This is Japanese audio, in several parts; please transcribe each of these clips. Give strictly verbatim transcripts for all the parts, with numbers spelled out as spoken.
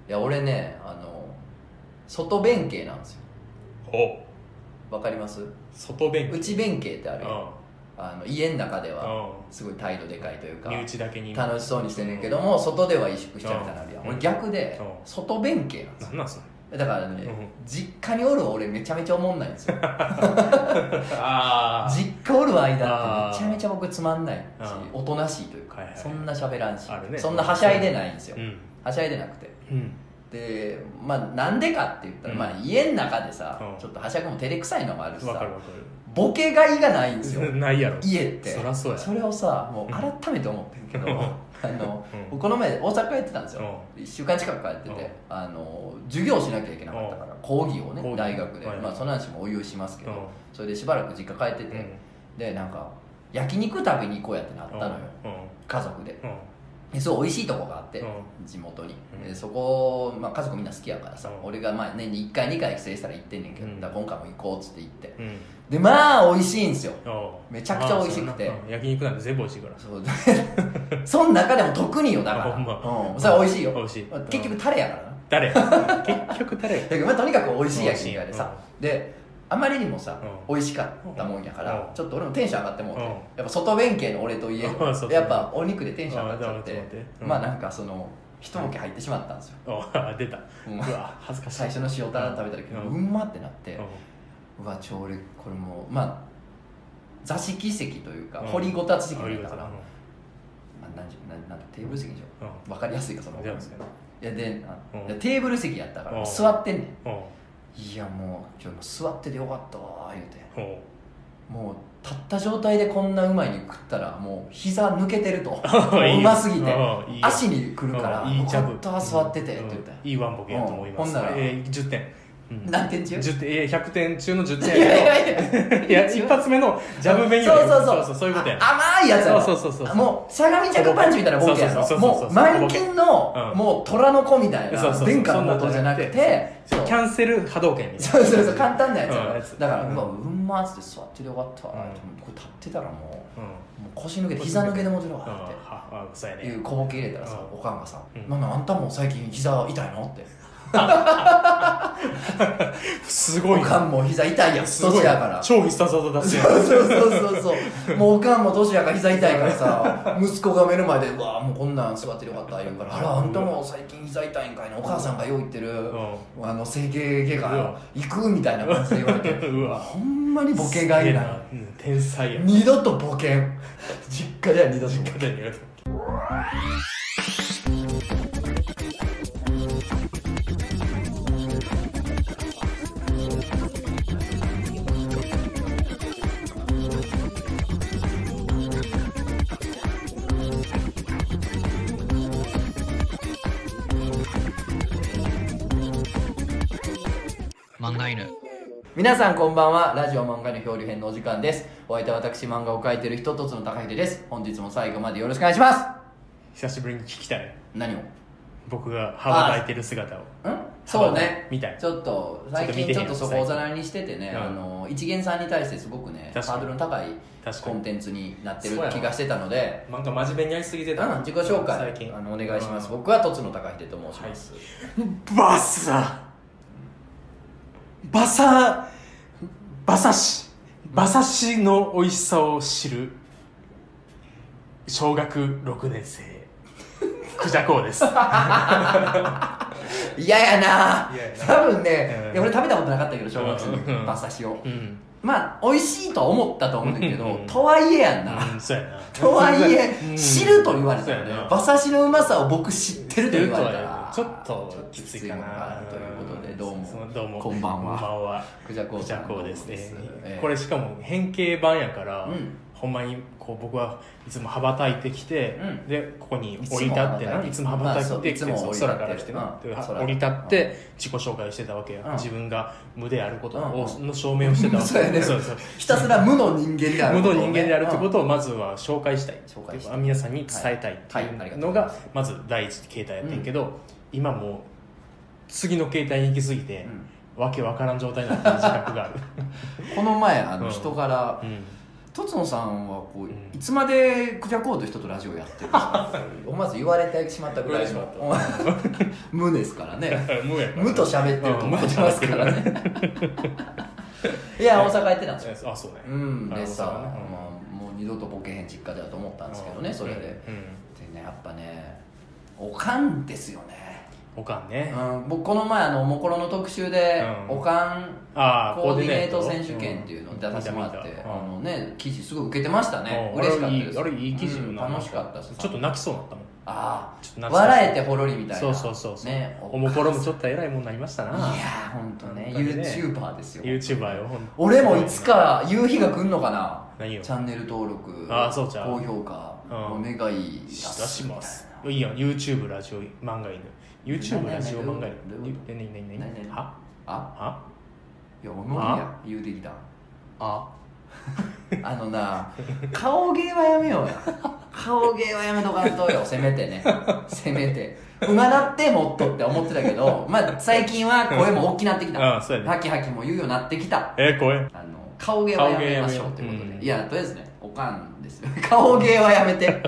いや俺ねあの外弁慶なんですよ。 おわかります？ 外弁慶、 内弁慶ってあるよ。あの家の中ではすごい態度でかいというか身内だけに楽しそうにしてんねんけども、外では萎縮しちゃうみたいなのあるやん。俺逆で外弁慶なんですよ。 なんなんそれ。 だからね、 うん、 実家におる俺めちゃめちゃおもんないんですよあ実家おる間ってめちゃめちゃ僕つまんないし、おとなしいというか、 はいはいはい、 そんな喋らんし、 ね、 そんなはしゃいでないんですよ、 うん、 はしゃいでなくて、 うん、 でまあなんでかって言ったら、うん、まあ家の中でさ、うん、ちょっとはしゃぐも照れくさいのもあるしさ、 わかるわかる、 ボケがいがないんですよないやろ家って。 そらそうや。 それをさもう改めて思ってんけどあの、うん、この前大阪帰ってたんですよ、うん、いっしゅうかん近く帰ってて、うん、あの授業しなきゃいけなかったから講義をね大学で、はい、まあその話もお言うしますけど、うん、それでしばらく実家帰ってて、うん、でなんか焼肉食べに行こうやってなったのよ、うん、家族で、うんすごい美味しいとこがあって、うん、地元に、うん、でそこ、まあ、家族みんな好きやからさ、うん、俺がまあ年にいっかいにかい帰省したら行ってんねんけど、うん、だから今回も行こうっつって行って、うん、でまあ美味しいんですよ、めちゃくちゃ美味しくて、 うん、焼肉なんて全部美味しいからそうその中でも特によだから、うん、それは美味しいよ、 美味しい、 結局タレやからな、 タレ結局タレだけど、まあ、とにかく美味しい焼肉屋でさ、うん、であまりにもさ、うん、美味しかったもんやから、うん、ちょっと俺もテンション上がってもうて、うん、やっぱ外弁慶の俺といえば、うん、やっぱお肉でテンション上がっちゃって、うん、まあなんかその一ボケ入ってしまったんですよ、 うん、出た、うん、うわ恥ずかしい。 最初の塩タラ食べた時、うん、うんまってなって、うん、うわちょ俺これもうまあ座敷席というか、うん、掘りごたつ席だったから、うん、まあ、なんなんなんテーブル席でしょ、うん、分かりやすいかその、いやであ、うん、テーブル席やったから、うん、座ってんねん、うん、いやもう今日座っててよかったわ言うて、もう立った状態でこんなうまい肉食ったらもう膝抜けてるとうますぎて足にくるからよかったわ座っててって言って、 いいワンボケやと思います、ほんなら、えー、じゅってん、 うん、何点中？ じゅってん、いやひゃくてん中のじゅってんやけど、いやいやいや一発目のジャブ弁より、 そうそうそうそうそういうことやね、 甘いやつやろ、 そうそうそうそう、 もうしゃがみ着パンチみたいなボケやろ、もう満金の、うん、もう虎の子みたいな殿下の元じゃなくて、 キャンセル波動拳みたいな、 そうそうそう簡単なやつやろ、うん、だからうわうんまーっつって座っててよかったわ、うん、これ立ってたらもう、うん、もう腰抜けて膝抜けてもちろんっていう小ボケ入れたらさ、おかんがさ「なんだあんたも最近膝痛いの?」ってすごい、 おかんも膝痛いやん年やから超必殺技出すやん、 そうそうそうそうもうおかんも年やから膝痛いからさ息子が目の前で「うわもうこんなん座ってよかった」言うから「あらあんたも最近膝痛いんかいな、お母さんがよう言ってる、うん、あの整形外科行く?」みたいな感じで言われてうわほんまにボケがいない、 うん、天才や、 二度とボケん実家では二度とボケん、 実家では二度と漫画犬。皆さんこんばんは。ラジオ漫画の漂流編のお時間です。お相手は私、漫画を描いている人とつの高秀です。本日も最後までよろしくお願いします。 久しぶりに聞きたい。 何を？ 僕が羽ばたいてる姿を。 ん？そうね。 みたい。 ちょっと最近ちょっとそこをおざなりにしててね、あの一元さんに対してすごくねハードルの高いコンテンツになってる気がしてたので、 なんか真面目にやりすぎてた。 うん、自己紹介最近あのお願いします。僕はとつの高秀と申します。 バサバサ馬刺し馬刺しの美味しさを知る小学ろくねん生クジャコウです。 嫌やな多分ね、うん、いや俺食べたことなかったけど小学生の時馬刺しを、うん、まあ美味しいとは思ったと思うんだけど、うん、とはいえやんな、 うん、そうやなとはいえ、うん、知ると言われたらね、馬刺しのうまさを僕知ってると言われたらちょっときついかなということで、どうもどうもこんばんは、 こんばんは、 クジャコウさんクジャコウですね、 えー、 これしかも変形版やから、 うん、 ほんまにこう僕はいつも羽ばたいてきて、うん、でここに降り立ってないつも羽ばたいてきて、まあ、空から来てな、うん、降り立って自己紹介してたわけよ、うん、自分が無であることを、うん、の証明をしてたわけ、 そうやね、そうそうひたすら無の人間であることを、ね、無の人間であるってことをまずは紹介したい、紹介したい皆さんに伝えたいっていうのがまず第一形態やってんけど、うん、今もう次の形態に行き過ぎて、うん、わけわからん状態になってる自覚がある。 この前あの人から、 うんうん、 とつのさんはこう、 うん、 いつまでクジャコウと人とラジオやってるんですか思わず言われてしまったぐらいの無ですからね無やから無と喋ってると思ってますからねいや大阪やってたんですよ。 あそうねうんでさ、 ね、まあ、もう二度とボケへん実家だと思ったんですけどねそれで、うん、でねやっぱねおかんですよね。 おかんね、 うん、僕この前あのもころの特集で、うん、おかんコーディネート選手権っていうのを出させてもらって、うん、あのね記事すごい受けてましたね。嬉しかったです。 あれいい記事、 うん、楽しかったです。 ちょっと泣きそうになったもん。 ああ笑えてほろりみたいな。 そうそうそうそう、 ね、 おもころもちょっと偉いもんになりましたな。いやーほんとね YouTuber ですよ。 YouTuber よ。 俺もいつか夕日が来んのかな。 何よ。 チャンネル登録、 あそうちゃう、 高評価、お願い出します。いいやん YouTube ラジオ漫画犬 YouTube ラジオ漫画犬何何何何はあはいやもう無理や言うてきた。 ああのな顔芸はやめようや顔芸はやめとかんとよせめてねせめて馬だってもっとって思ってたけどまあ最近は声も大きなってきた。 あそうやね、 ハキハキも言うようになってきた。 えー、声あの顔芸はやめましょうってことで、うん、いやとりあえずねおかんですよ顔芸はやめて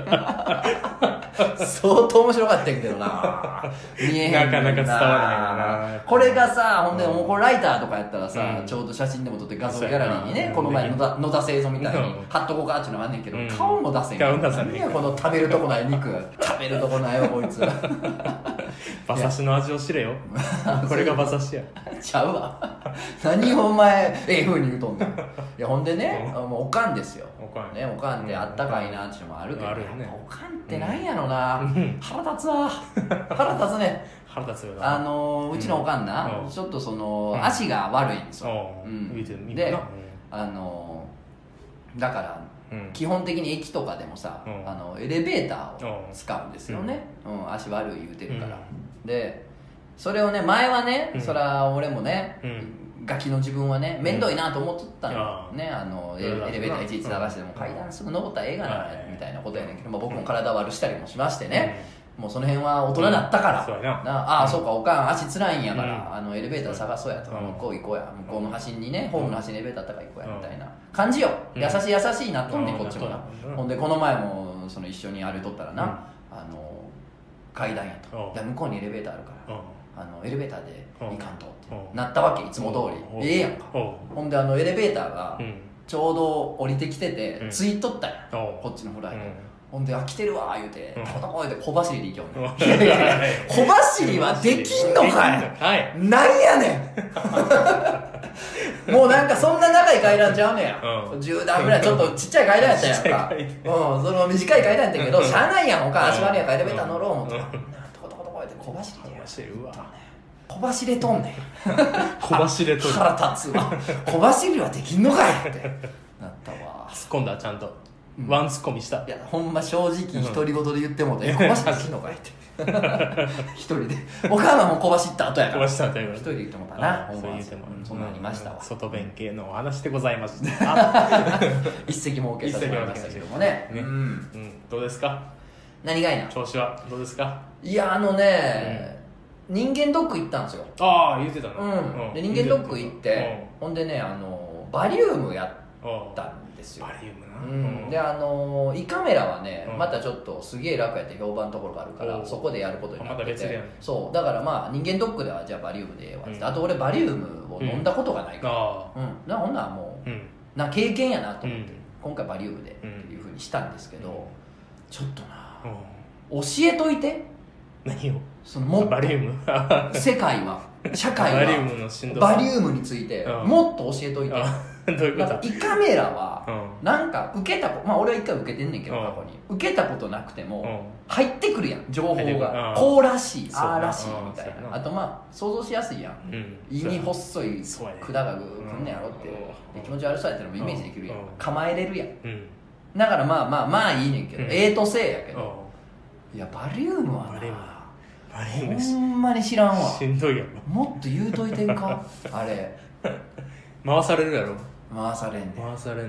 相当面白かったけどな見えへんなかなか伝わらないな。 これがさほんでもうこれライターとかやったらさ、うん、ちょうど写真でも撮って画像ギャラリーにね、うん、この前野田野田製造みたいに貼っとこうかっていうのがあんねんけど、うん、顔も出せんから何やこの食べるとこない肉食べるとこないわこいつ馬刺しの味を知れよこれが馬刺しやちゃうわ何をお前ええ風に言うとんねん。いやほんでね、うん、もうおかんですよ。 おかん、 ね、おかんってあったかいなっていうのもあるけど、 うん、あるよね。 おかんってなんやろな、うん、腹立つわ腹立つね腹立つよな。 あのうちのおかんな、うん、ちょっとその、うん、足が悪いんですよ、 うん、 で、うん、あのだから、うん、基本的に駅とかでもさ、うん、あのエレベーターを使うんですよね、うんうん、足悪い言うてるから、うん、でそれをね前はね、うん、そら俺もね、うんガキの自分はね面倒いなと思っとったの、うん、ねあのエレベーターいちいち探しても階段すぐ登ったらええがなみたいなことやねんけど、まあ、僕も体悪したりもしましてね、うん、もうその辺は大人になったから、うん、なああそうかおかん足つらいんやから、うん、あのエレベーター探そうやとか、うん、向こう行こうや向こうの端にねホームの端にエレベーターあったから行こうやみたいな感じよ、うん、優しい優しいなっとんねんこっちもな、うん、ほんでこの前もその一緒に歩いとったらな、うん、あの階段やと、いや向こうにエレベーターあるから、うんあのエレベーターで行かんとってなったわけいつも通りええやんか。ほんであのエレベーターがちょうど降りてきてて、うん、ついとったんやこっちのフライで、うん、ほんであ来てるわ言うてタコタコ言うて小走りで行きょんねん小走りはできんのかい、はい、なんやねんもうなんかそんな長い階段ちゃうねや、うん、じゅうだんぐらいちょっとちっちゃい階段やったやんかうんその短い階段やったけどしゃあないやんおかん足悪いやんかエレベーター乗ろう思って小走りで小走りうわ小走れとんねん小走れとん腹立つわ小走りはできんのかいってなったわ。 突っ込んだちゃんと、うん、ワンツッコミした。 いやほんま正直独り言で言ってもうて、うん、小走りできんのかいって一人でお母さんも小走った後やから小走った後やから一人で言ってもたな。 そう言っても、 うん、そんなありましたわ、 うん、外弁系のお話でございました一席設けさせてもらいましたけどもね、 ね、うん、うん、どうですか何がいいな調子はどうですか。 いやあのね、うん、人間ドック行ったんですよ。 ああ言ってたな、 うん、うん、で人間ドック行って、うん、ほんでねあのバリウムやったんですよ。 バリウムな、 うん、であの胃カメラはね、うん、またちょっとすげえ楽やって評判のところがあるからそこでやることになってて、また別でやるそうだからまあ人間ドックではじゃあバリウムでええわって、うん、あと俺バリウムを飲んだことがないから、うんうん、なほんならもう、うん、な経験やなと思って、うん、今回バリウムでっていうふうにしたんですけど、うん、ちょっとな、うん、教えといて何をそのもっとバリウム世界は社会はバリウムのしんどさバリウムについてもっと教えといて。 どういうこと。 胃カメラはなんか受けたこまあ俺は一回受けてんねんけど過去に受けたことなくても入ってくるやん情報がこうらしいああらしいみたいな。あとまあ想像しやすいやん、うん、胃に細い管がグーくんねやろって気持ち悪そうやったらもイメージできるやん、構えれるやん、うん、だからまあまあまあいいねんけど、うん、ええとせいやけどいやバリウムはなほんまに知らんわ。 しんどいやろ。 もっと言うといてんかあれ回されるやろ。 回されんねん回されんねん。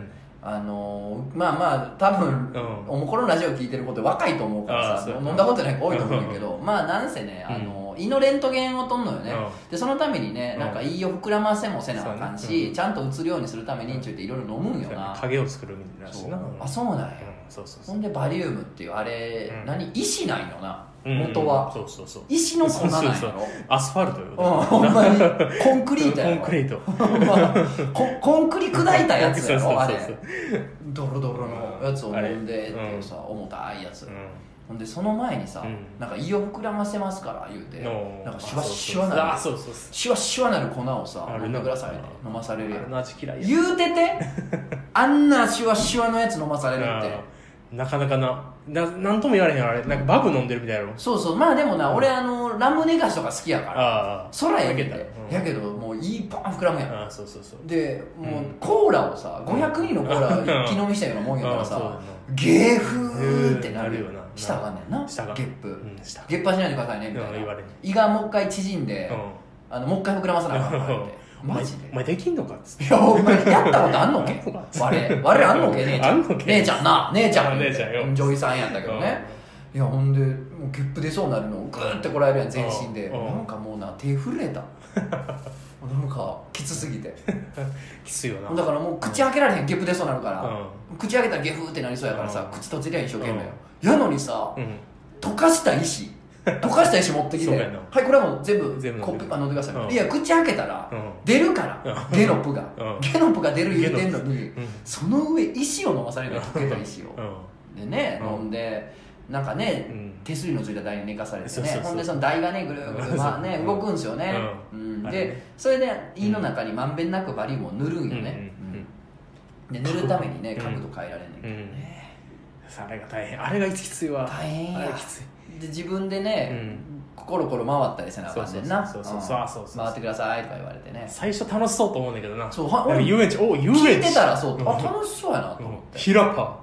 あのー、まあまあ多分、うん、おもころラジオ聞いてること若いと思うからさ飲んだことない子多いと思うんだけどまあなんせね、あのー、胃のレントゲンを取んのよね、うん、でそのためにねなんか胃を膨らませもせなあかんし、うん、ちゃんと映るようにするためにちゅうていろいろ飲むんよな影を作るみたいなしなあそうなんや、うん、 そうそうそう、 ほんでバリウムっていうあれ、うん、何石なんよな元は、 そうそうそう石の粉なんやろそうそうそうアスファルトよ、 うん、ほんまにコンクリートやろコンクリートコ, コンクリ砕いたやつやろそうそうそうそうあれドロドロのやつを飲んでっていうさ、うん、重たいやつ、うん、ほんでその前にさ、うん、なんか胃を膨らませますから言うて、うん、なんかシュワシュワなるシュワシュワなる粉をさ飲んでくださいね飲まされるやん言うててあんなシュワシュワのやつ飲まされるってなかなかなななんとも言われへんあれなんかバブ飲んでるみたいやろそうそうまあでもな、うん、俺あのラムネ菓子とか好きやからそらやけど、うん、やけどもういいパン膨らむやんあそうそうそうでもう、うん、コーラをさごひゃくミリのコーラ一気飲みしたようなもんやからさゲーフーってなるよなしたがんねんなゲップ、うん、ゲップはしないでくださいねみたいな、うん、胃がもう一回縮んで、うん、あのもう一回膨らまさなあかんからってマジでお前できんのかっつっていやお前やったことあんのけ我我あんのけ姉ちゃん姉ちゃんな姉ちゃん姉ちゃんよ女優さんやんだけどね、うん、いやほんでもうゲップ出そうなるのをグーってこらえるやん全身でなんかもうな手震えたなんかきつすぎてきついよなだからもう口開けられへんゲップ出そうなるから、うん、口開けたらゲフってなりそうやからさ、うん、口閉じりゃ一生懸命よ、うん、やのにさ、うん、溶かした石溶かした石持ってきてはいこれはもう全部全部コップ飲んでください、うん、いや口開けたら、うん、出るから、うん、ゲノプが、うん、ゲノプが出る言うてんのに、うん、その上石を飲まされる溶けた石を、うん、でね、うん、飲んでなんかね、うん、手すりのついた台に寝かされてねほんでその台がねぐるぐる、まあね、動くんですよね、うんうん、でそれで胃の中にまんべんなくバリウムを塗るんよね、うんうん、で塗るためにね角度変えられんねんけどね、 うん、あれが大変あれがきついわ大変やあれきついで自分でね、うん、コロコロ回ったりせなあかんねんなそうそうそうそうそう回ってくださいとか言われてね最初楽しそうと思うんだけどなそうは遊園地お遊園地聞いてたらそう、うん、あ楽しそうやなと思って、 うん、ヒラパ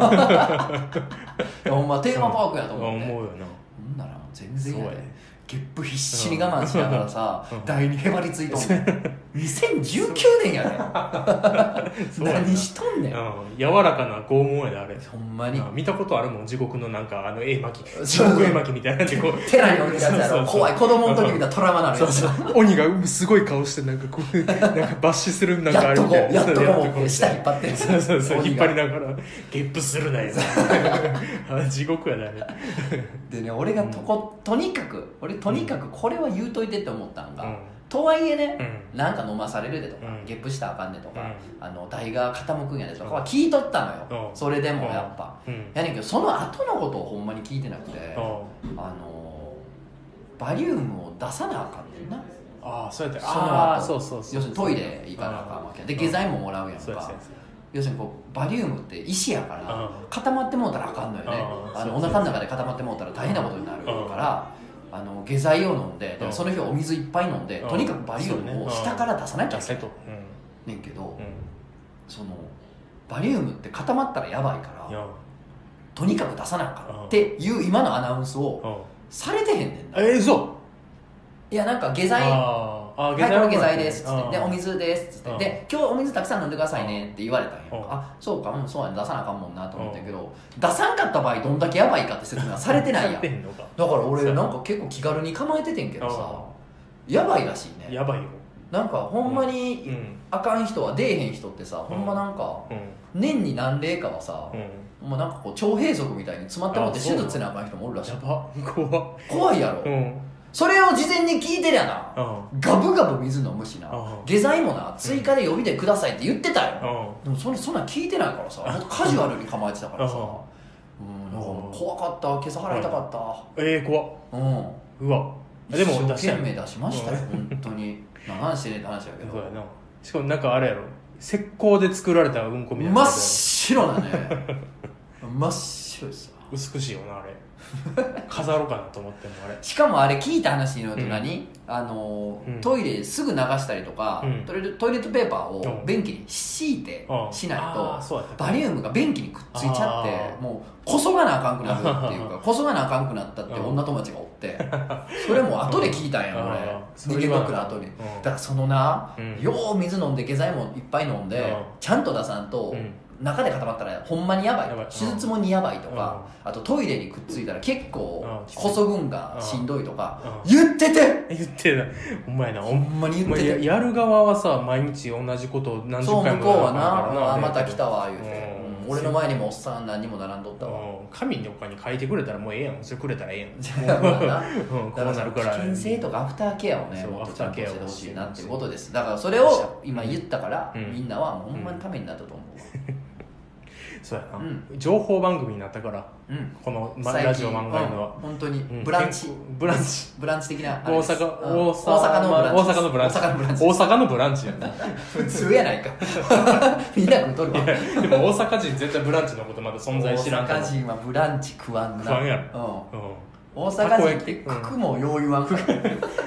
ーほんまテーマパークやと思って、 うん、思うよなほんなら全然やでゲップ必死に我慢しながらさ、うん、台にへばりついとんねんにせんじゅうきゅうねんやで何しとんねん、うん、 柔らかな拷問やであれほんまに見たことあるもん地獄のなんかあの絵巻地獄絵巻みたいなんでこう寺に置いてるやつやろ怖い子供の時みたいなトラウマなるやつそうそう鬼がすごい顔してなんかこうなんか抜歯するなんかあるみたいなやっとこうやっとこう下引っ張ってるそうそうそう引っ張りながらゲップするなよ地獄やであれでね俺がとこ、うん、とにかく俺とにかくこれは言うといてって思ったんが、うん、とはいえね、うん、なんか飲まされるでとか、うん、ゲップしたらあかんでとか、うん、あの台が傾くんやでとかは聞いとったのよ、うん、それでもやっぱ、うん、やねんけどその後のことをほんまに聞いてなくて、うん、あのバリウムを出さなあかんねんなああそうやってその後そうそうそう要するにトイレ行かなあかんわけで下剤ももらうやんか要するにこうバリウムって石やから固まってもうたらあかんのよねあのお腹の中で固まってもうたら大変なことになるからあの下剤を飲んでその日お水いっぱい飲んでとにかくバリウムを下から出さなきゃいけないねんけどそのバリウムって固まったらやばいからとにかく出さなあかんっていう今のアナウンスをされてへんねんなえー、そういやなんか下剤はいこれ下剤ですっつってでお水ですっつってで今日お水たくさん飲んでくださいねって言われたんやあそうかうんそうやね出さなあかんもんなと思ったけど出さんかった場合どんだけやばいかって説明はされてないやんだから俺なんか結構気軽に構えててんけどさやばいらしいねやばいよなんかほんまにあかん人は出えへん人ってさほんまなんか年に何例かはさほんまなんかこう腸閉塞みたいに詰まってもって手術せなあかん人もおるらしいやば怖怖いやろそれを事前に聞いてりゃな、うん、ガブガブ水飲むしな、うん、下剤もな追加で予備でくださいって言ってたよ、うん、でもそれそんなん聞いてないからさもっとカジュアルに構えてたからさ、うん、なんか怖かった今朝払いたかった、 うん、ええー、怖っ、うん、うわでも一生懸命出しましたよ、うん、本当に何してねって話だけどそうやなしかもなんかあれやろ石膏で作られたうんこみたいな真っ白だね真っ白ですわ美しいよなあれ飾ろうかなと思ってもあれしかもあれ聞いた話によると何、うん、あの、うん、トイレすぐ流したりとか、うん、トイレ、トイレットペーパーを便器に敷いてしないと、うん、バリウムが便器にくっついちゃってもうこそがなあかんくなるっていうかこそがなあかんくなったって女友達がおってそれも後で聞いたんや俺人間ドックの後にだからそのな、よう水飲んで下剤もいっぱい飲んでちゃんと出さんと中で固まったらほんまにやばい、 やばい手術もにやばいとか、あとトイレにくっついたら結構こそぐんがしんどいとか言ってて言ってたほんまやなほんまに言ってて、 や, やる側はさ毎日同じことを何十回もそう向こうはななあまた来たわ言うて、うん、俺の前にもおっさん何人も並んどったわ、 うん、紙とかに書いてくれたらもうええやんそれくれたらええやんじゃあまあな、 うん、こうなるかだからら危険性とかアフターケアをねそうもっとちゃんとしてほしいなアフターケアをっていうことです。だからそれを今言ったから、 うん、 みんなはほんまにためになったと思う、 そうやな、 うん、 情報番組になったから、 うん、 この、ま、ラジオ漫画のは、 うん、本当にうん、 ブランチブランチブランチ的な大阪、 うん、 大阪のブランチ大阪のブランチ大阪のブランチ大阪のブランチやな普通やないかみんな食うとるわ。 でも大阪人絶対ブランチのことまだ存在知らん大阪人はブランチ食わんな食わんやろ、 うんうん、 大阪人ってククもよう言わんから、うん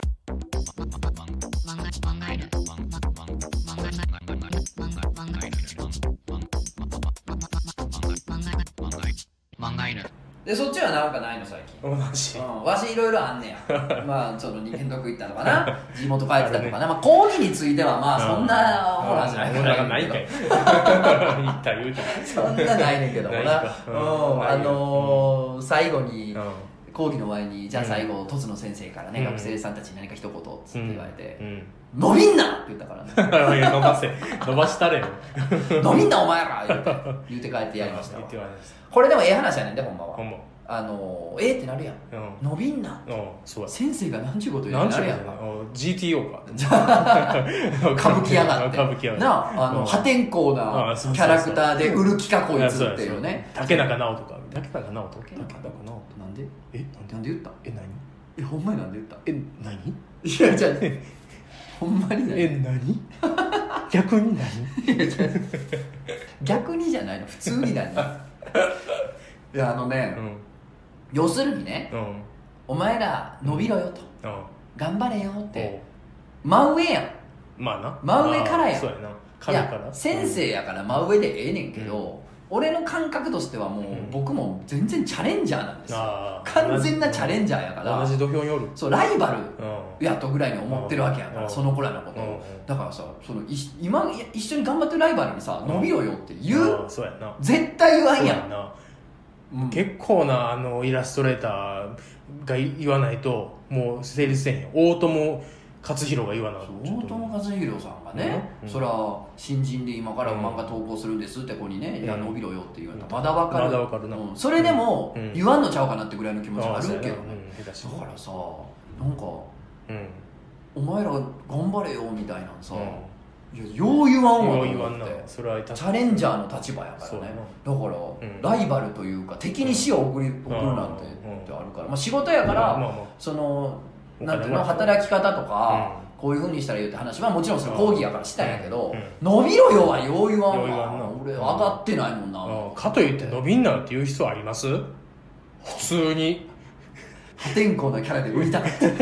でそっちはなんかないの最近。 同じ、 うん、わしいろいろあんねやまあその人間ドック行ったのかな地元帰ってたとかな、まあ、講義についてはまあそんなホラーじゃないかららないかい言った言うてそんなないねんけどもな、 ないかうんうんあのーうん、 最後に、 うん講義の前にじゃあ最後とつの先生からね、 うん、 学生さんたちに何か一言っつって言われて、 うんうん、 伸びんなって言ったからね伸ばせ伸ばしたれよ伸びんなお前ら言うて言うて帰ってやりましたわ。 言ってましたこれでもええ話やねんでほんまはほんまあのー、えー、ってなるやん、 うん、 伸びんなうんそうや先生が何ちゅうこと言うてなるやんかジーティーオー かじゃあ歌舞伎やがって歌舞伎やがってなああの、 うん、 破天荒なキャラクターで売る気かこいつっていうね竹中直人か竹中直人竹中直人なんでえなんでなんで言ったえ何えほんまになんで言ったえ何いやじゃあほんまに何え何逆に何いやじゃ逆にじゃないの普通に何いやあのね、 うん要するにね、 うん、 お前ら伸びろよと、 うん、 頑張れよって真上やんまあな真上からやんそうやな神からいや先生やから真上でええねんけど、うん、俺の感覚としてはもう、うん、僕も全然チャレンジャーなんですよ完全なチャレンジャーやから同じ土俵におるそうライバルやとぐらいに思ってるわけやから、 うん、 その子らのことを、 うん、 だからさそのい今一緒に頑張ってるライバルにさ、うん、伸びろよって言う、 うん、そうやな絶対言わんやんうん、結構なあのイラストレーターが言わないともう成立せんよ大友克洋が言わないと大友克洋さんがね、うん、そら新人で今から漫画投稿するんですって子にね、うん、いや伸びろよって言われたらまだわかる、 まだわかるな、 うん、それでも言わんのちゃうかなってぐらいの気持ちあるけど、ね、 うん、 だからさなんか、 うん、 お前ら頑張れよみたいなさ、うんいやよう言わんわと思ってそれはチャレンジャーの立場やからねだから、うん、ライバルというか敵に死を送り、うん、送るなんて、うん、ってあるから、まあ、仕事やから、まあまあ、そのなんていうの働き方とか、うん、こういうふうにしたらいいって話はもちろんその講義やからしたんやけど、伸びろよはよう言わんわ俺上がってないもんな、 かといって伸びんなって言う必要あります普通に破天荒なキャラで売りたかった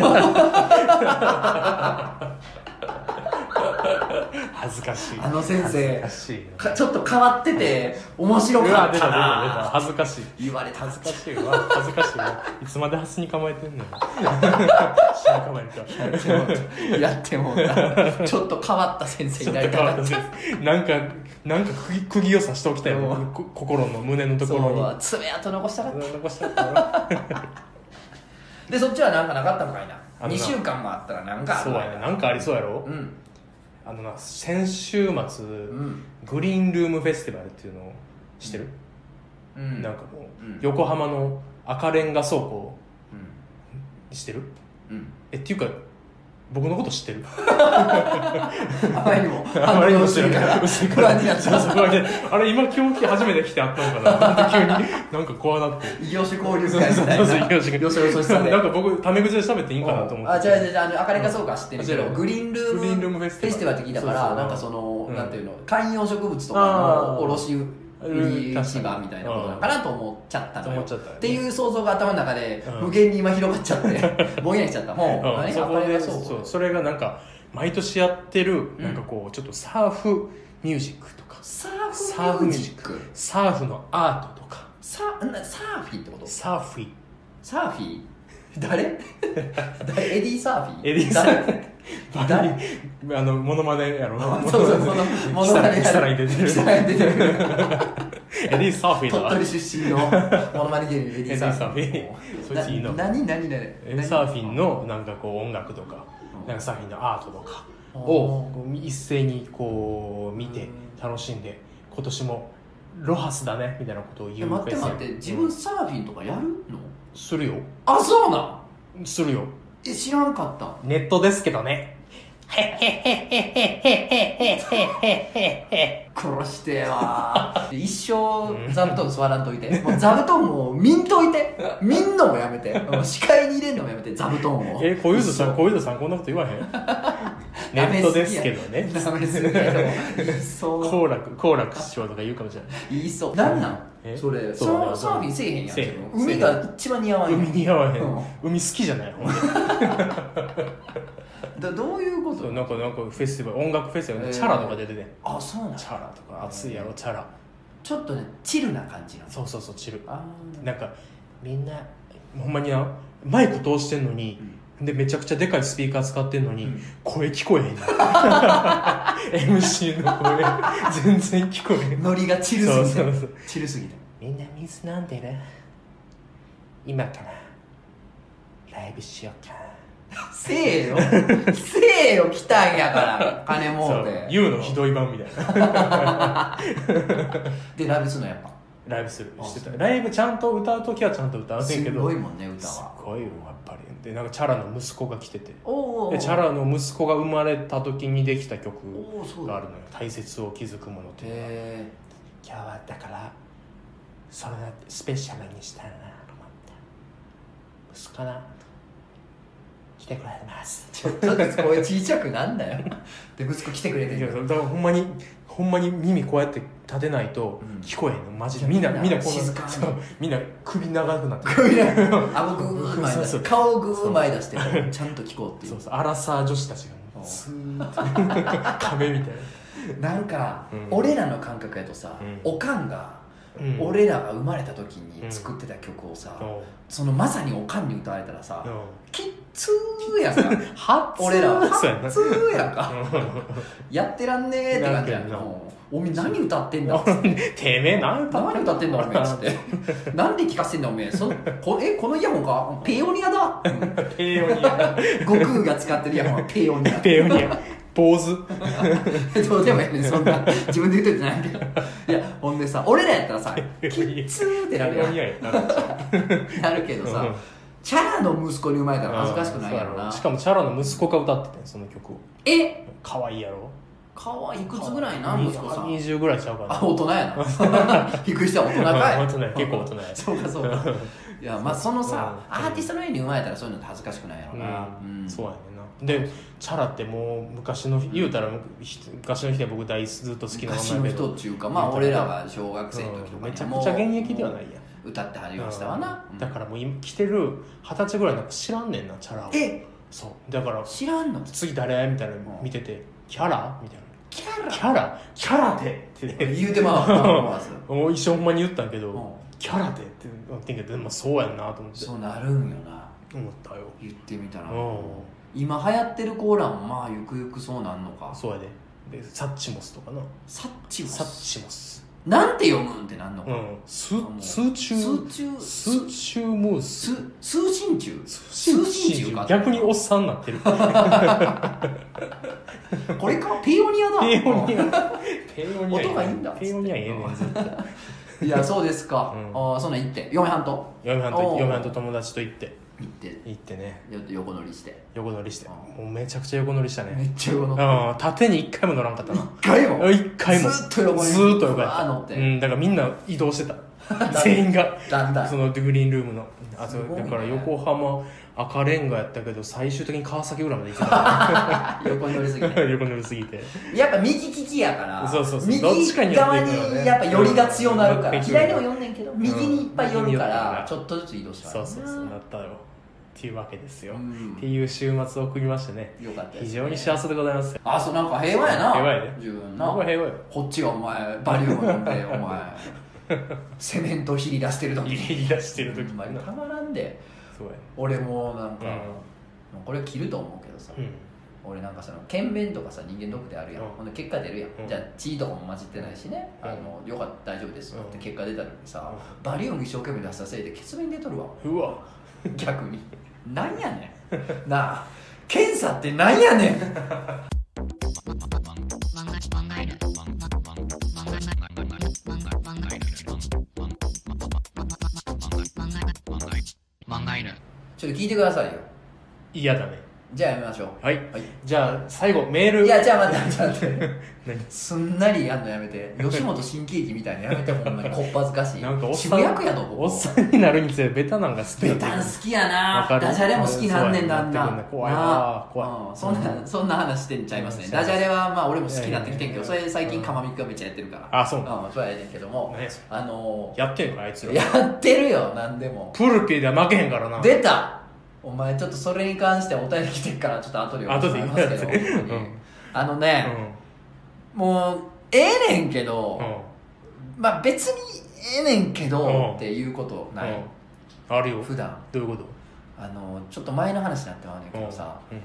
恥ずかしいあの先生恥ずかしいかちょっと変わってて面白かったな恥ずかしい言われた恥ずかしいわ恥ずかしいわいつまでハスに構えてんのよ下に構えるかやってもやってもちょっと変わった先生になりたかったなんかなんか釘釘を刺しておきたいよ心の胸のところにそう爪痕残したかった残したかったでそっちはなんかなかったのかいなにしゅうかんもあったらなんかあるそうやねなんかありそうやろうんあのな先週末、うん、グリーンルームフェスティバルっていうのを知ってる、うん、なんかもう、うん、横浜の赤レンガ倉庫、うん、知ってる、うん、えっていうか僕のこと知ってるあまりにもあまりにも知るから不安になっちゃうあれ今今日初めて来てあったのかな急になんか怖なって異業種交流会みたいなそうそう異業種よそよそしさでなんか僕タメ口で喋っていいんかなと思ってあ、じゃあじゃああの赤レンガ倉庫は知ってるけどグリーンルームグリーンルームフェスティバルって聞いたからなんかその、うん、なんていうの観葉植物とかの卸売り市場みたいなことなのかなと思っちゃったのよ、ね、っていう想像が頭の中で無限に今広がっちゃってぼんやりしちゃったもう、 うん、 何そこでそうそれがなんか毎年やってるなんかこうちょっとサーフミュージックとかサーフミュージックサーフのアートとかサなサーフィーってことサーフィーサーフィー誰誰エディ・サーフィーエディ・サーフィー誰あのモノマネやろそうそうモノモノマネキサラに出てるキサラに出てるエディ・サーフィーだ鳥取出身のモノマネ芸人エディ・サーフィンそいついいの何何何エディ・サーフィンのなんかこう音楽とかなんかサーフィンのアートとかを一斉にこう見て楽しんで今年もロハスだねみたいなことを言う待って待って自分サーフィンとかやるの？ するよ。 あ、そうなん？ するよ。 え、知らんかった。 ネットですけどね。へへへへへへへへ殺してよ一生座布団座らんといて、もう座布団も見んといて、見んのもやめて、もう視界に入れんのもやめて、座布団を。 え、小遊三さん、小遊三さんこんなこと言わへんネットですけどね。 ダメすぎやろ。言いそう。 好楽、好楽師匠とか言うかもしれない。 言いそう。なんなんそれ、そのサーフィンせえへんやん。海が一番似合わんやん。 海似合わへん。海好きじゃないほんだどういうこと？ なんかなんかフェスティバル音楽フェスティバル、えー、チャラとか出てて、 あ、そうなんチャラとか熱いやろ、チャラちょっとねチルな感じなの。 そうそうそう、チル。あなんかみんなほんまになマイク通してんのに、うん、でめちゃくちゃでかいスピーカー使ってんのに、うん、声聞こえへんなエムシー の声全然聞こえへん。 ノリがチルすぎてそうそうそうチルすぎてみんな水飲んでる今からライブしようかせえよせえよ来たんやから金もうてユウのひどい版みたいなでライブするのやっぱライブするしてた。ライブちゃんと歌うときはちゃんと歌うねんけどすごいもんね歌はすごいよやっぱり。でなんかチャラの息子が来てておーでチャラの息子が生まれた時にできた曲があるのよ。大切を築くものっていうのが今日はだからそれだってスペシャルにしたいなと思って息子な来てくれますちょっとずつ声小さくなんだよで息子来てくれてる。 だからほんまにほんまに耳こうやって立てないと聞こえへんの、うん、マジでみんなみんなこのそうみんな首長くなって首長くあ僕グー前出して顔グー前出してちゃんと聞こうっていう。 そうそうアラサー女子たちがスーッて壁みたいななんか、うん、俺らの感覚やとさ、うん、おかんがうん、俺らが生まれた時に作ってた曲をさ、うん、そのまさにおかんに歌われたらさ、うん、きっつーやんかは俺らははっつーやんかやってらんねーって感じやんか。おめえ何歌ってんだてめえ何歌ってんだ何歌ってんだおめえつってなんで聞かせてんだおめえそこえこのイヤホンかペオニアだ、うん、 ペオニア悟空が使ってるイヤホンはペオニアペオニア坊主どうでもいいねそんな自分で言っといてないけどいやほんでさ俺らやったらさキッツーってなるやんなるけどさ、うん、チャラの息子に生まれたら恥ずかしくないやろな。 しかもチャラの息子が歌っててその曲をえかわいいやろ。 かわいいくつぐらいな息子さん。 にじゅうぐらいちゃうかな。 あ大人やなびっくりした大人かい大人結構大人やそうかそうかいやまあそのさ、うん、アーティストの家に生まれたらそういうのって恥ずかしくないやろな、 うんうん、そうやねんな。でチャラってもう昔の言うたら昔の人は僕大ずっと好きな昔の人っていうかまあ俺らが小学生の時とかにめちゃくちゃ現役ではないやん歌ってはりましたわな、 うん、だからもう今来てる二十歳ぐらいなんか知らんねんなチャラを。 えそうだから知らんの次誰みたいなの見ててキャラみたいなキャラキャラキャラでって、ね、 言うてまうもう一生ほんまに言ったんけど、うん、キャラでって言ってんけどでもそうやんなと思ってそうなるんよな思ったよ言ってみたら、うん、今流行ってるコーラもまあゆくゆくそうなんのか。 そうやででサッチモスとかなサッチモスサッチモスなんて読むんってなんのか、 うん、ス数中数中数中ムース数心中数心中逆におっさんになってるこれかペオニアだペオニアペオニア音がいいんだペオニアええねんずっといやそうですか、うん、あそんなん行って嫁はんと嫁はんと嫁はんと友達と行って行って行ってね横乗りして横乗りしてもうめちゃくちゃ横乗りしたね。 めっちゃ横乗って、 うん、縦に一回も乗らんかったな。 一回も一回もずっと横にずーっと横やった乗って、 うん、だからみんな移動してた全員がだんだんそのグリーンルームのあそ、 ね、 だから横浜赤レンガやったけど最終的に川崎ぐらいまで行ってた横乗りすぎて横乗りすぎてやっぱ右利きやからそうそうそう右側にやっぱ寄りが強なるから、うん、左にも寄んねんけど右にいっぱい寄るから、うん、ちょっとずつ移動した、 そうそうそうなったよっていうわけですよ、うん、っていう週末を送りましてね。 よかったですね。 非常に幸せでございますよ。 あ、そうなんか平和やな。 平和やね。 自分な。 僕は平和よ。 こっちがお前バリウム飲んでお前セメントひり出してる時ひり出してる時お前たまらんで。 そうやね。 俺もなんか、うん、これ切ると思うけどさ、うん、 俺なんかその検便とかさ人間ドックであるやん、 うん、 ほんで結果出るやん、うん、じゃあ血とかも混じってないしね、 うん、 あのよかった大丈夫ですよって結果出たのにさ、 うん、 バリウム一生懸命出したせいで血便出とるわ。 うわ逆になんやねんなあ検査ってなんやねんちょっと聞いてくださいよ。 嫌だね。 じゃあやめましょう。 はい、 はい、 じゃあ最後メール。 いやじゃあ待って待って待ってすんなりやんのやめて。吉本新喜劇みたいなやめてほんまにこっぱずかしい。 なんかおっさん渋役やとこおっさんになるにつれベタなんが好きベタン好きやな。ダジャレも好きなんねんだんだん。 怖いな怖い、 うん、そんなそんな話してんちゃいますね、うん、ダジャレはまあ俺も好きになってきてんけど、それ最近かまみくがめっちゃやってるから。 あそうなん、うん、そうやねんけども、あのー、 やってんのかあいつら。 やってるよなんでも。 プルピーでは負けへんからな。 出た。お前ちょっとそれに関してお便り来てるからちょっと後でお伝えますけど、うん、あのね、うん、もうええねんけど、うん、まあ別にええねんけど、うん、っていうことない、うん、 あるよ普段。 どういうこと？ あのちょっと前の話になってはねんけどさ、うん、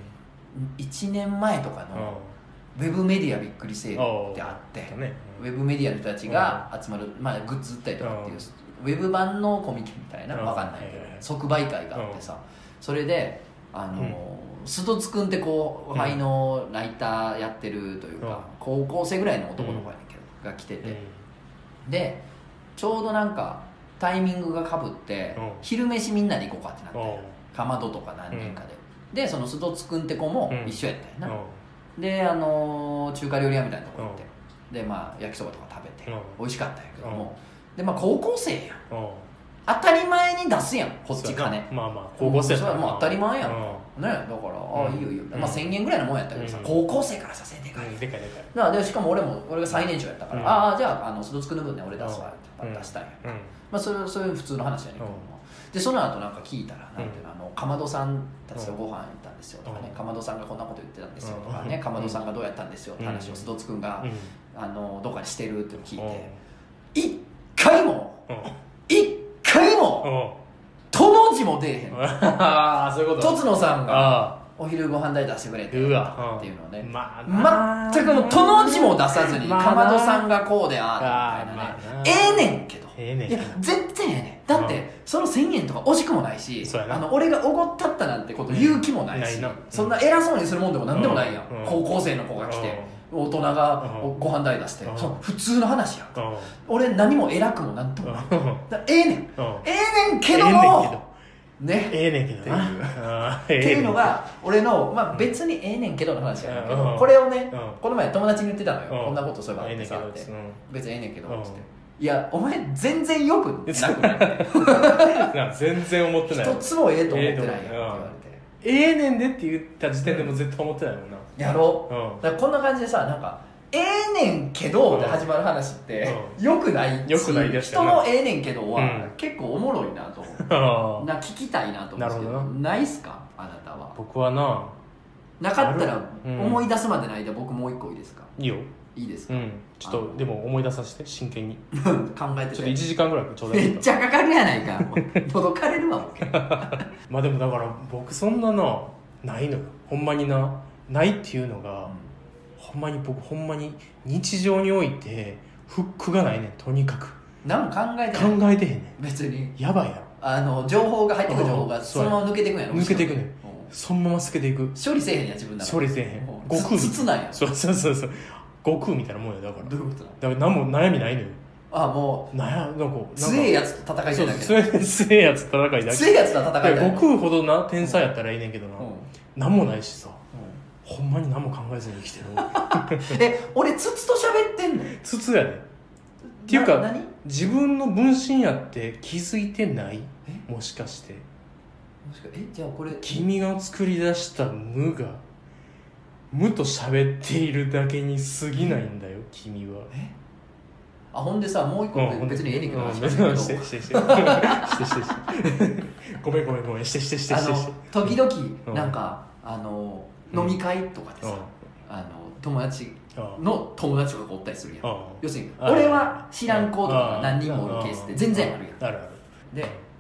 いちねんまえとかのウェブメディアびっくりセールってあって、ね、ウェブメディアの人たちが集まる、まあ、グッズ売ったりとかっていう、ウェブ版のコミケみたいな、わかんないけど即売会があってさ、それであの、うん、ストツくんって後輩のライターやってるというか、うん、高校生ぐらいの男の子やねんけど、うん、が来てて、うん、でちょうどなんかタイミングがかぶって、うん、昼飯みんなで行こうかってなって、うん、かまどとか何人かで、うん、でそのストツくんって子も一緒やったんやな、うん、であの中華料理屋みたいなとこ行って、うん、でまあ焼きそばとか食べて、うん、美味しかったんやけども、でまあ高校生やん、うん、当たり前に出すやんこっち金。 まあまあ高校生やったら、うん、それはもう当たり前やん、うん、ね、だから、 うん、 ああいいよいいよ、うん、まあせんえんぐらいのもんやったけどさ、うん、高校生からさせんでかい、 うん、でかいでかいだからでしかも俺も俺が最年長やったから、うん、ああじゃああのストツくんの分ね俺出すわって出したんや、うん、まあそれそういう普通の話やねんけども、うん、でその後なんか聞いたらなんていうの、あのかまどさんたちとご飯行ったんですよとかね、かまどさんがこんなこと言ってたんですよとかね、かまどさんがどうやったんですよって話をストツくんが、うん、あのどっかにしてるって聞いて、一回も一回もとの字も出えへんああそういうこと。 とつのさんがお昼ご飯代出してくれてっていうのをね、 まあ、 全くもうとの字も出さずに、まあ、かまどさんがこうでああみたいなね、まあ、ええねんけど、 ええねんいや全然ええねん。だって、うん、そのせんえんとか惜しくもないし、あの俺がおごったったなんてこと言う気もないし、うん、そんな偉そうにするもんでもなんでもないやん、うん、高校生の子が来て、うん、大人がご飯代出して、うん、そう普通の話やん、うん、俺何も偉くもなんともない、うん、だええねん、うん、ええねんけどもね、 ええねんけどなっていうのが俺の、まあ、別にええねんけどの話やねんけど、うん、これをね、うん、この前友達に言ってたのよ、うん、こんなことそういえばってさって、うん、別にええねんけどって、うん、いやお前全然よくなくない全然思ってない一つもええと思ってないやんって言われて、 ええねんでって言った時点でも絶対思ってないもんな、 やろう、うん、だからこんな感じでさなんかええねんけどって始まる話って、うん、よくないし、 よくないです人のええねんけどは、うん、結構おもろいなと思うな聞きたいなと思うんですけど、ないっすかあなたは。 僕はななかったら思い出すまでの間、僕もう一個いいですか。 いいよ。 いいですか、 うん、ちょっとでも思い出させて真剣に考えててちょっといちじかんぐらいちょうだい。 めっちゃかかるやないか届かれるわ僕まあでもだから僕そんななないのよほんまにな。ないっていうのが、うん、ほんまに僕ほんまに日常においてフックがないねん。とにかく何も考えてない。 考えてへんねん別に。 やばいやろ。 あの情報が入ってくる情報がそのまま抜けていくんやろ。 抜けていくねん。そのまま抜けていく。 処理せえへんや自分だから処理せえへん。 悟空筒なんや。 そうそうそうそう悟空みたいなもんや。だからどういうことだ。 だから何も悩みないのよ。 ああもう悩なんか強えやつと戦いたいだけ。 そう強えやつと戦いだけ。 強えやつと戦いたい。 悟空ほどな天才やったらいいねんけどな、うん、何もないしさ、うん、ほんまに何も考えずに生きてるえ俺筒と喋ってんの。 筒やで、ね、っていうか自分の分身やって気づいてない。もしかしてもしかえじゃあこれ君が作り出した無が無と喋っているだけに過ぎないんだよ君は。 えあほんでさもう一個別にええねんけど話してるけどしてしてしてしてしてごめんごめんごめんしてしてしてしてあの時々なんか、うん、あの飲み会とかでさ、うん、あの友達の友達とかおったりするやん、うん、要するに俺は知らん子とか何人もおるケースって全然あるやん、 あるあるで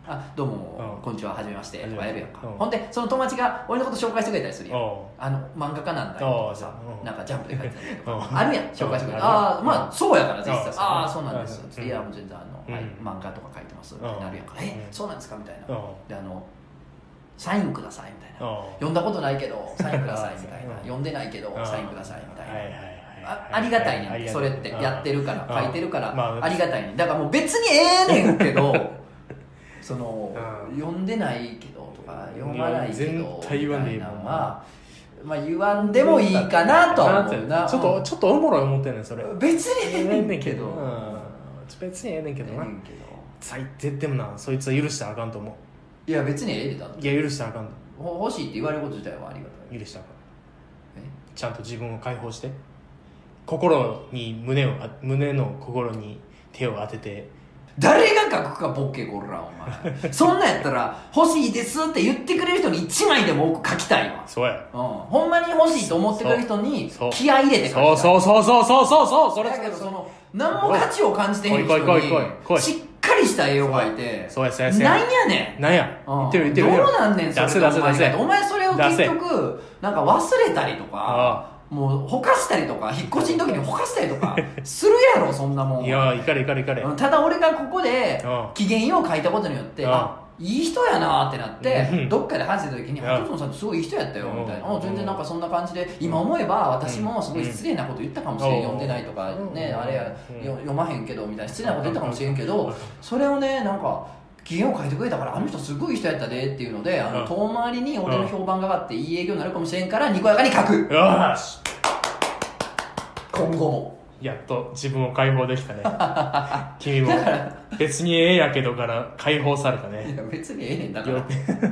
あどうも、 うん、 こんにちははじめましてとかやるやんか、 うん、 ほんでその友達が俺のこと紹介してくれたりするやん、 うん、 あの漫画家なんだよとかさ、 うん、 なんかジャンプで書いてたりとか、 うん、 あるやん紹介してくれた、 うん、 ああまあそうやから実際、 うん、 ああそうなんです、 うん、 つっていやもう全然あの、 うん、 はい、漫画とか書いてますってなるやんか、うん、えそうなんですかみたいな、 うん、 であのサインくださいみたいな、 うん、 読んだことないけどサインくださいみたいな、 うん、 読んでないけどうん、 サインくださいみたいな、 はいはいはい、 あ, ありがたいねんそれってやってるから、書いてるから、 まあ、 ありがたいねんだからもう別にええねんけどその、うん、読んでないけどとか読まないけどみたいなのはまあ言わんでもいいかなとは思うな。 ちょっとちょっとおもろい思ってんねんそれ。 別にええねんけど、 うん、別にええねんけどな。 ええねんけど最低でもなそいつは許したらあかんと思う。 いや別にええでだって。 いや許したらあかんと。 欲しいって言われること自体はありがたい。 許したらあかん。えちゃんと自分を解放して。心に胸を胸の心に手を当てて。 誰が書くかボケこらお前そんなんやったら欲しいですって言ってくれる人にいちまいでも多く書きたいわ。 そうや、 うん、ほんまに欲しいと思ってくれる人に気合い入れて書きたい。 そうそうそうそうそうそうそれだけどその何も価値を感じてへん人にしっかりした絵を描いてそうやそうやそうやなんやねんなんや言ってる言ってるどうなんねんそれ。 出せ出せ出せお前それを結局なんか忘れたりとかもうほかしたりとか引っ越しの時にほかしたりとかするやろそんなもん。 いやいかれいかれいかれ。 ただ俺がここで機嫌よう書いたことによってあいい人やなってなってどっかで話してた時に「トトンさんってすごいいい人やったよ」みたいな「全然なんかそんな感じで今思えば私もすごい失礼なこと言ったかもしれん読んでないとかねあれや読まへんけど」みたいな失礼なこと言ったかもしれんけどそれをねなんか機嫌を書いてくれたからあの人すごいいい人やったでっていうのであの遠回りに俺の評判が上がっていい営業になるかもしれんからにこやかに書く。 よし今後もやっと自分を解放できたね君も別にええやけどから解放されたね。 いや別にええねんだから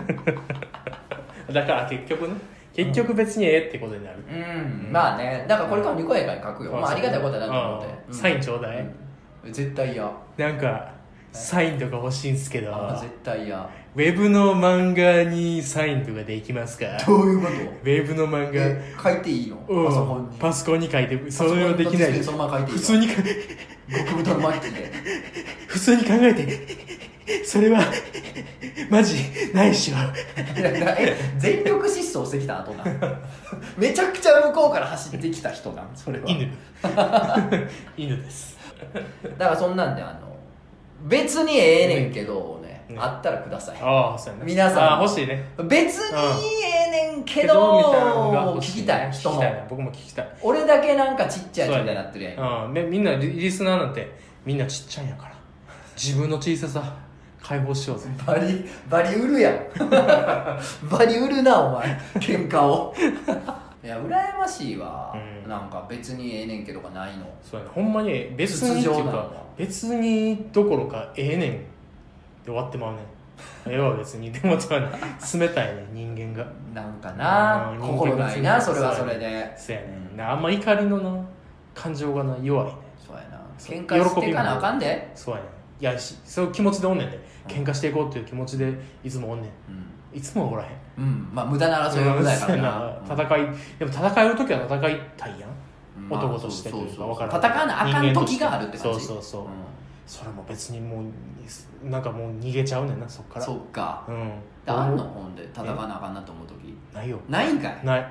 だから結局ね結局別にええってことになる。 うん、うん、まあねだからこれからにこやかに書くよ、うん、まあありがたいことだなと思って、 うん、サインちょうだい、 うん、絶対嫌。 なんかサインとか欲しいんすけど絶対嫌。 ウェブの漫画にサインとかできますか。 どういうこと。 ウェブの漫画書いていいの、 うん、 パソコンにパソコンに書いてそれはできない。 そのまま書いていい普通に極太のマッチで普通に考えてそれはマジないっしょ全力疾走してきた後なめちゃくちゃ向こうから走ってきた人なんそれは犬犬ですだからそんなんであの別にええねんけどね、ねあったらください。 ああそうやね皆さんあ欲しいね。 別にええねんけど、うん、聞きたい人の。 聞きたい、ね、僕も聞きたい。 俺だけなんかちっちゃい人みたいになってるやん、 うん、みんなリスナーなんてみんなちっちゃいんやから自分の小ささ解放しようぜ。 バリバリ売るやんバリ売るなお前喧嘩をいや羨ましいわ、うん、なんか別にええねんけどがないの。 そうやねほんまに別にっていうか別にどころかええねんで終わってまうねんええわ別にでもちょっと冷たいね人間がなんかな心ないなそれはそれで。 そうやね、うん、あんま怒りのな感情がな弱いね。 そうやな喧嘩していかなあかんで。 そうやねいやしそういう気持ちでおんねんで、うん、喧嘩していこうっていう気持ちでいつもおんねん、うん、いつもおらへん。 うんまあ無駄な争いは無駄やからな、 うん、戦いでも戦う時は戦いたいやん、まあ、男としてというか分からん戦わなあかん時があるって感じ。 そうそうそう、うん、それも別にもうなんかもう逃げちゃうねんなそっから。 そっか、うん、あんのほんで戦わなあかんなと思う時ないよ。 ないんかい。 ない。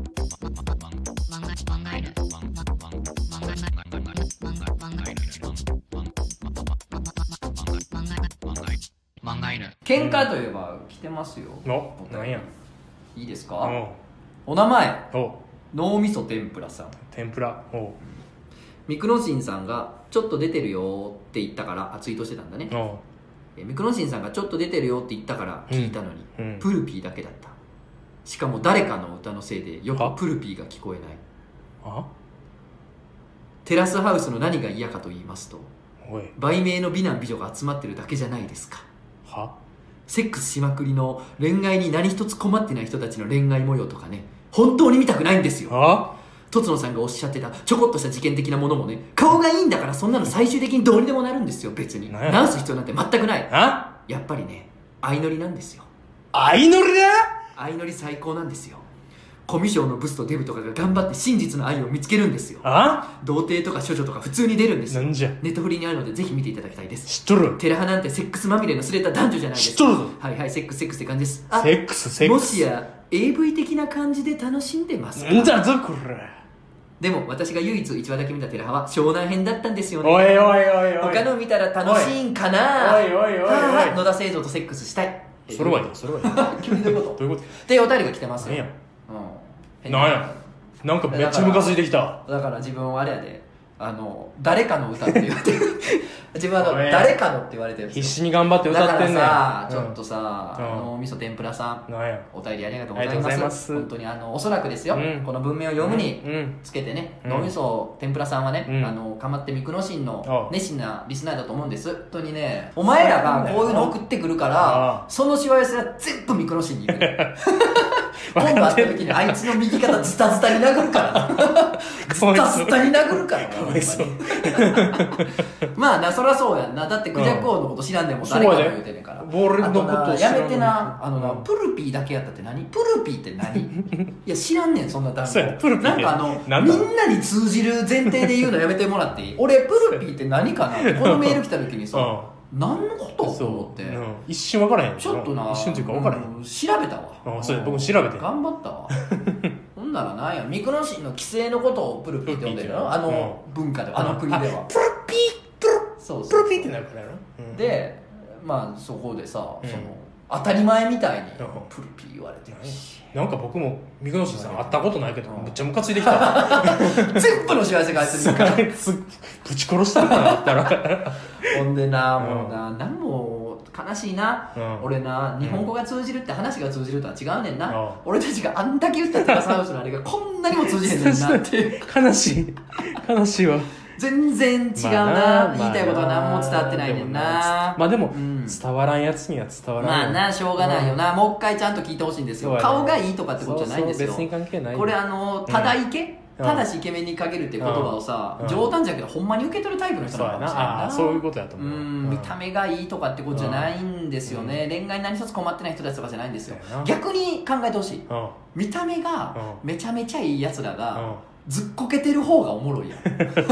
喧嘩といえば来てますよ。 おなんやいいですか。お名前お脳みそ天ぷらさん。 天ぷらおミクノシンさんがちょっと出てるよって言ったからツイートしてたんだね。おミクノシンさんがちょっと出てるよって言ったから聞いたのに、うんうん、プルピーだけだった。しかも誰かの歌のせいでよくプルピーが聞こえない。 あテラスハウスの何が嫌かと言いますと売名の美男美女が集まってるだけじゃないですか。 はセックスしまくりの恋愛に何一つ困ってない人たちの恋愛模様とかね本当に見たくないんですよ。 はとつのさんがおっしゃってたちょこっとした事件的なものもね顔がいいんだからそんなの最終的にどうにでもなるんですよ。別に直す必要なんて全くない。 あやっぱりね相乗りなんですよ。 相乗りだ。 相乗り最高なんですよ。 コミュ障のブスとデブとかが頑張って真実の愛を見つけるんですよ。 あ童貞とか処女とか普通に出るんですよ。 なんじゃネットフリにあるのでぜひ見ていただきたいです。 知っとる。 テラハなんてセックスまみれのすれた男女じゃないですか。 知っとるぞ。 はいはい、セックスセックスって感じです。あ、 セックスセックスもしや エーブイ 的な感じで楽しんでますか？ んだぞこれ。 でも私が唯一いちわだけ見たテラハは湘南編だったんですよね。 おいおいおいおい。 他の見たら楽しいんかな。 おいおいおいおいおい。 はあ野田聖蔵とセックスしたい。 それはいいそれはいい。 急にどういうことどういうこと？ でお便りが来てますよ。 何やうん。 なんやなんかめっちゃムカついてきた。 だから自分はあれやで、あの誰かの歌って言われてる自分はあのおい誰かのって言われてるんですよ。 必死に頑張って歌ってんねん。 だからさ、ちょっとうさ、 うん脳みそ天ぷらさん、 ん。なんやお便りありがとうございます。 ありがとうございます本当にあのおそらくですよ、 うんこの文面を読むにうんうんつけてね、 うん脳みそ天ぷらさんはね、 うんあのかまってみくのしんのああ熱心なリスナーだと思うんです。本当にね、お前らがこういうの送ってくるからああそのしわ寄せは全部みくのしんに行く今度会った時にあいつの右肩ズタズタに殴るからなズタズタに殴るからなかわいそう。 まあな、そりゃそうやんな。だってクジャク王のこと知らんでも誰かが言うてんねんから。 俺のことあとな知らんやめてな、あのな、 うんプルピーだけやったって何？プルピーって何？いや知らんねん、そんな単語。 そうやプルピーってなんかあの、 なんだみんなに通じる前提で言うのやめてもらっていい？俺、プルピーって何かなってこのメール来た時にさ、何のことと思って、 うん一瞬分からへん。 ちょっとな、 一瞬っていうか分からへん。 うん調べたわ。 あそうや僕も調べて頑張ったわ。ほんならなんや、ミクノシンの規制のことをプルピーって呼んでるの？あの文化では、あの国では。 プルピープルそうそうプルピーってなるからやろ。うんで、まあそこでさ、 うんその当たり前みたいにうんプルピー言われてるし、 なんか僕も三久野さん会ったことないけどめっちゃムカついてきた。 全部の幸せがあいつにあいつぶち殺したのかなったら。 ほんでな、もうな、なんも悲しいな、 うん俺な、日本語が通じるって話が通じるとは違うねんな、 うん俺たちがあんだけ言ったテラスハウスのあれがこんなにも通じへんねんなっていう悲しい悲しいわ。 全然違うな、 まあ言いたいことは何も伝わってないねんな。 まあでもうん伝わらんやつには伝わらんよ。 まあな、しょうがないよな、もう一回ちゃんと聞いてほしいんですよ。 そうやね顔がいいとかってことじゃないんですよ。 そうそう別に関係ないよこれあの、ただイケ、 うんただしイケメンにかけるっていう言葉をさ、 うん冗談じゃなくてほんまに受け取るタイプの人そうやなのかもしれないな。 な。ああそういうことやとう思う。 ん、見た目がいいとかってことじゃないんですよね、恋愛に何一つ困ってない人たちとかじゃないんですよ。 そうやな逆に考えてほしい。 うん見た目がうめちゃめちゃいいやつらがうんずっこけてる方がおもろいやん。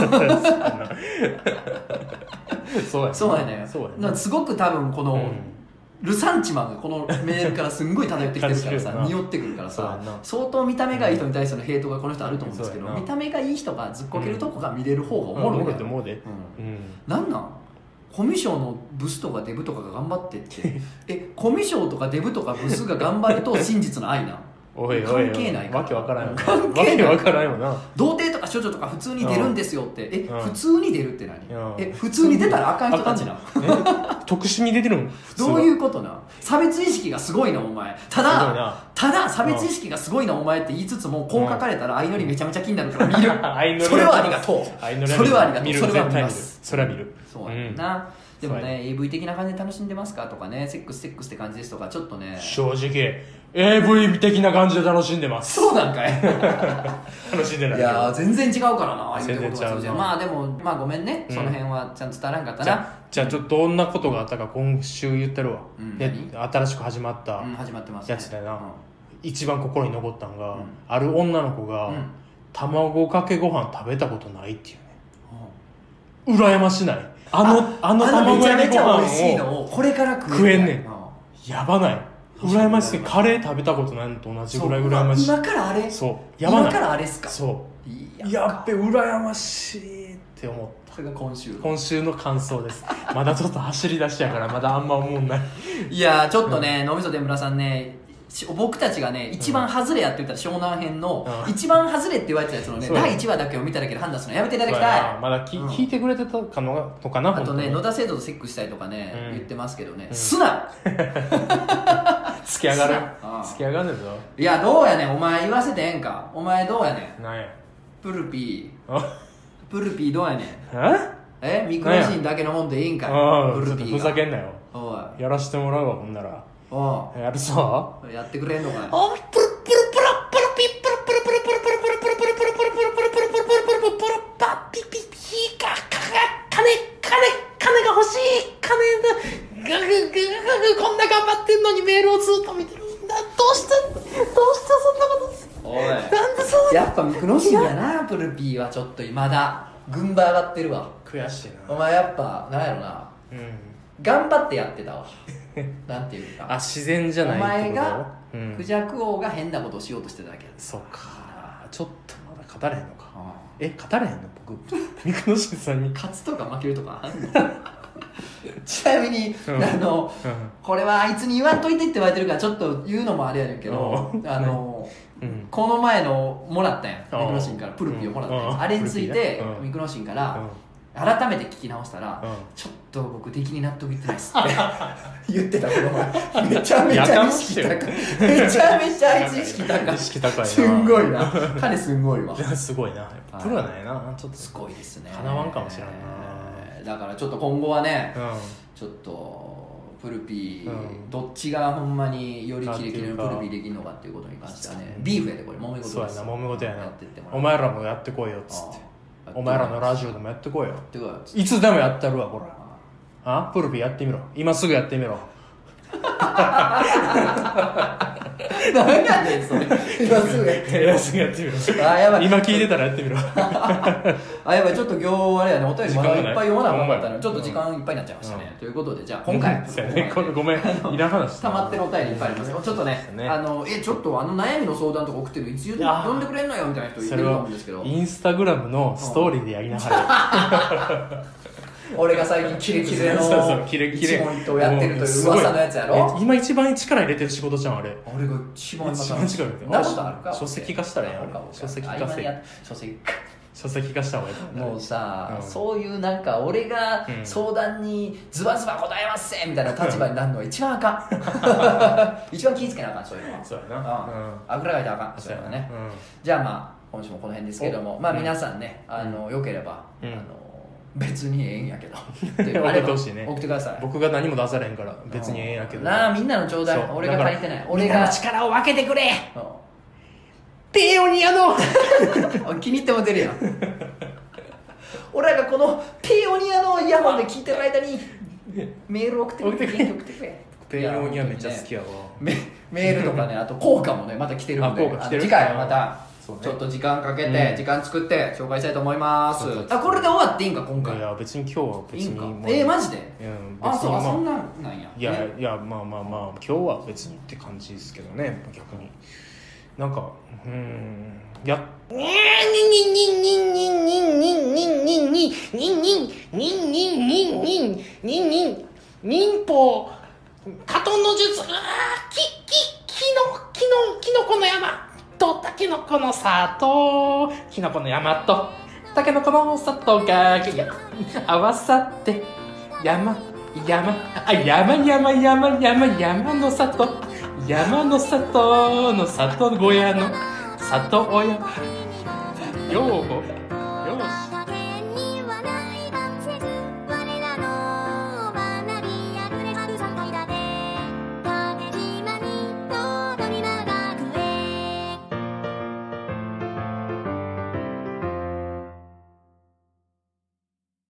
そうやなそうやねそうやなんかすごく多分この、 うんルサンチマンがこのメールからすんごい漂ってきてるからさ感じるよな匂ってくるからさそうやな相当見た目がいい人に対してのヘイトがこの人あると思うんですけど、 そうやな見た目がいい人がずっこけるとこが見れる方がおもろいやん、 と思うで。 うんうんなんなんコミュ障のブスとかデブとかが頑張ってってえコミュ障とかデブとかブスが頑張ると真実の愛なんおいおいおい関係ないからわけわからんよな。 関係ないわけわからんよな。 童貞とか処女とか普通に出るんですよって、え、 うん普通に出るって何、 うんえ普通に出たらあかん人たちなのえ特殊に出てるん普通はどういうことな差別意識がすごいなお前たすごいだなただ差別意識がすごいなお前って言いつつもこう書かれたら相乗りめちゃめちゃ気になるから見る相乗りそれはありがとう相乗りそれはありがとう見るそれは見絶対見るますそれは見るそうやねんな、でもそうやね エーブイ 的な感じで楽しんでますかとかねセックスセックスって感じですとかちょっとね正直 エーブイ 的な感じで楽しんでますそうなんかい楽しんでないいやー全然違うからな全然違うな言うてることが通じるまあでもまあごめんね、 うんその辺はちゃんと伝わらんかったなじゃあじゃあちょっとどんなことがあったか今週言ってるわ、 うんで新しく始まったうん始まってますねやつだよな、 うん一番心に残ったのが、 うんある女の子が、 うん卵かけご飯食べたことないっていうね羨ましないあのあのあの卵めちゃめ焼きごちゃ美味しい飯をのをこれから食食えんねんうやばない羨ましいカレー食べたことないのと同じぐらい羨ましい今からあれそうやばない今からあれっすかそういやっべ羨ましいって思ったそれが今週今週の感想ですまだちょっと走り出しやからまだあんま思んないいやーちょっとね脳みそ天ぷらさんねし僕たちがね一番外れやって言ったら湘南編のうん一番外れって言われてたやつのねそうやだいいちわだけを見ただけで判断するのやめていただきそうやたないまだき、 うん聞いてくれてたかののかなあとね本野田聖斗とセックスしたいとかね、 うん言ってますけどね、 うんすな当につき上がるああつき上がるぞいやどうやねんお前言わせてええんかお前どうやねんなんやプルピあープルピーどうやねんええミクロシンだけのもんでいいんかいああちょっとプルピーがふざけんなよおやらしてもらうわほんならいおやるぞいやってくれんのかいおプルプルプラプルピプルプルプルプルプルプルプルプルプルプルプルプルプルプルプルプルプルパピピピカカ金金金が欲しい金がグググググこんな頑張ってんのにメールをずっと見てるんだどうしてどうしてそんなことすおいやっぱミクノシンやなプルピーはちょっとまだ軍馬上がってるわ。 悔しいな。 お前やっぱなんやろな、うん、頑張ってやってたわなんていうか、 あ、自然じゃないお前が、うん、クジャク王が変なことをしようとしてただけや。 そうか、ちょっとまだ語れへんのか。え、語れへんの僕ミクノシンさんに勝つとか負けるとかあんのちなみに、うん、あの、うん、これはあいつに言わんといてって言われてるからちょっと言うのもあれやねんけど、あの、うん、この前のもらったやん、ミクノシンからプルピーをもらったやん、あれについてミクノシンから改めて聞き直したら、ちょっと僕的に納得いってないっすって言ってた。この前めちゃめちゃ意識高い、めちゃめちゃあいつ意識高い、 意識高いな、 すんごいな、彼すんごいわすごいな、プロやないな、ちょっとすごいですね、 かなわんかもしれんな。 だからちょっと今後はね、 うん、 ちょっとプルピー、うん、どっちがほんまによりキレキレのプルピーできるのかっていうことに関してはね、ビーフやでこれ揉め事です。 そうやな、揉め事やな。お前らもやってこいよっつって、お前らのラジオでもやってこいよ、いつでもやったるわこら。あ、プルピーやってみろ、今すぐやってみろ何やねんそれ、今すぐやってみろ、 今すぐやってみろ、あ、やばい、今聞いてたらやってみろあ、やばい、ちょっと今日あれやね、お便りまだいっぱい読まなかったのでちょっと時間いっぱいになっちゃいましたね、うん、ということで、じゃあ今回ごめん、いらん話溜まってるお便りいっぱいありますよ。ちょっとね、ね、あのえちょっとあの悩みの相談とか送ってるのいつ呼んでくれんのよみたいな人いると思うんですけど、 インスタグラムのストーリーでやりなはれ俺が最近キレキレの一問一答やってるという噂のやつやろ。 今一番力入れてる仕事じゃんあれ。 俺が一番一番力入れてる。 なことあるか。 書籍化したらやん。書籍化せ。 書籍書籍化した方がいい。 もうさ、うん、そういうなんか俺が相談にズバズバ答えますせみたいな立場になるのは一番あかん一番気ぃつけなあかん、そういうのは。 そうやな、うん、 あぐらかいたらあかん、そういうのはね、うん、じゃあまあ今週もこの辺ですけども、まあ皆さんね、あのよければ、うん、あの別にええんやけど送ってほしいね。 送ってください。 僕が何も出されへんから別にええんやけどなあ、みんなのちょうだい。俺が足りてない、俺が力を分けてくれ。 ペオニアの気に入っても出るやん俺らがこのペオニアのイヤホンで聞いてる間にメール送ってくれ、送ってくれ。 ペオニアめっちゃ好きやわ。 メールとかね、あと効果もねまた来てるんで、次回またちょっと時間かけて、時間作って紹介したいと思います。あ、これで終わっていいんか今回。 いや別に今日は別にえー、マジで。あ、そう、そんなんなんや。 いやいや、まあまあまあ今日は別にって感じですけどね。逆になんかうーんやっにんにんにんにんにんにんにんにんにんにんにんにんにんにんにんにんにんにん忍法カトンの術、あきききのきのきのこの山とたけのこの里、きのこの山とたけのこの里が合わさって山山あ山山山山山の里、山の里の里小屋の里親よう